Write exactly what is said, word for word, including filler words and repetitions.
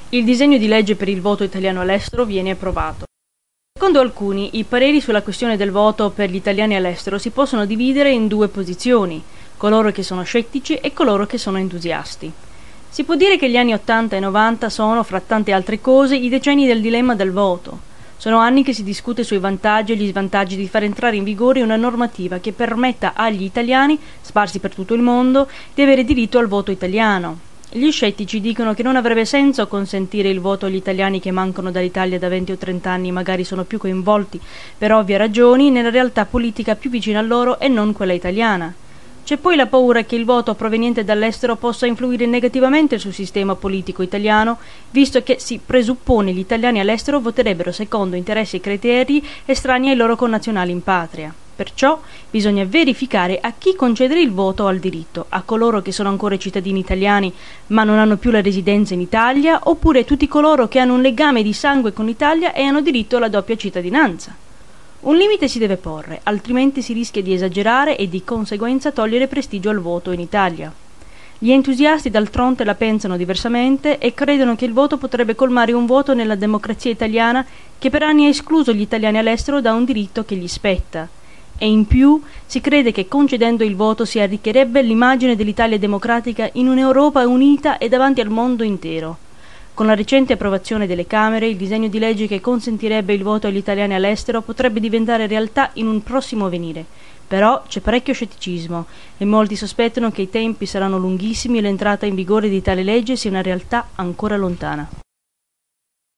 Il disegno di legge per il voto italiano all'estero viene approvato. Secondo alcuni, i pareri sulla questione del voto per gli italiani all'estero si possono dividere in due posizioni: coloro che sono scettici e coloro che sono entusiasti. Si può dire che gli anni ottanta e novanta sono, fra tante altre cose, i decenni del dilemma del voto. Sono anni che si discute sui vantaggi e gli svantaggi di far entrare in vigore una normativa che permetta agli italiani, sparsi per tutto il mondo, di avere diritto al voto italiano. Gli scettici dicono che non avrebbe senso consentire il voto agli italiani che mancano dall'Italia da venti o trenta anni, magari sono più coinvolti, per ovvie ragioni, nella realtà politica più vicina a loro e non quella italiana. C'è poi la paura che il voto proveniente dall'estero possa influire negativamente sul sistema politico italiano, visto che si presuppone gli italiani all'estero voterebbero secondo interessi e criteri estranei ai loro connazionali in patria. Perciò bisogna verificare a chi concedere il voto o al diritto: a coloro che sono ancora cittadini italiani ma non hanno più la residenza in Italia, oppure tutti coloro che hanno un legame di sangue con l'Italia e hanno diritto alla doppia cittadinanza. Un limite si deve porre, altrimenti si rischia di esagerare e di conseguenza togliere prestigio al voto in Italia. Gli entusiasti d'altronde la pensano diversamente e credono che il voto potrebbe colmare un vuoto nella democrazia italiana che per anni ha escluso gli italiani all'estero da un diritto che gli spetta. E in più si crede che concedendo il voto si arricchirebbe l'immagine dell'Italia democratica in un'Europa unita e davanti al mondo intero. Con la recente approvazione delle Camere, il disegno di legge che consentirebbe il voto agli italiani all'estero potrebbe diventare realtà in un prossimo avvenire. Però c'è parecchio scetticismo e molti sospettano che i tempi saranno lunghissimi e l'entrata in vigore di tale legge sia una realtà ancora lontana.